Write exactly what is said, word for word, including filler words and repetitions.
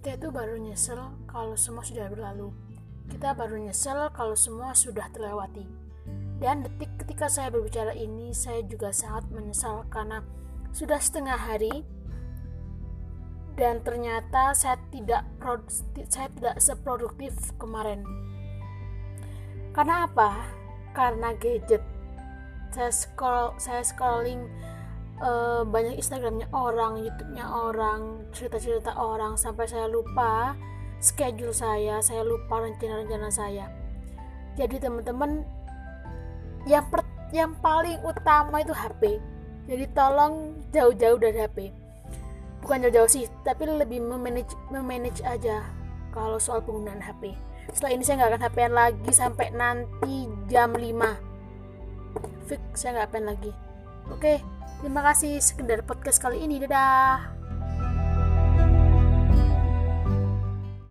Kita itu baru nyesel kalau semua sudah berlalu. Kita baru nyesel kalau semua sudah terlewati. Dan detik ketika saya berbicara ini, saya juga sangat menyesal karena sudah setengah hari dan ternyata saya tidak saya tidak seproduktif kemarin. Karena apa? Karena gadget. Saya scroll, saya scrolling uh, banyak Instagramnya orang, YouTube-nya orang, cerita-cerita orang sampai saya lupa schedule saya, saya lupa rencana-rencana saya. Jadi teman-teman, yang per, yang paling utama itu H P. Jadi tolong jauh-jauh dari H P. Bukan jauh-jauh sih, tapi lebih memanage memanage aja kalau soal penggunaan H P. Setelah ini saya nggak akan H P-an lagi sampai nanti jam lima. Fix, saya nggak H P-an lagi. Oke, terima kasih sekedar podcast kali ini. Dadah.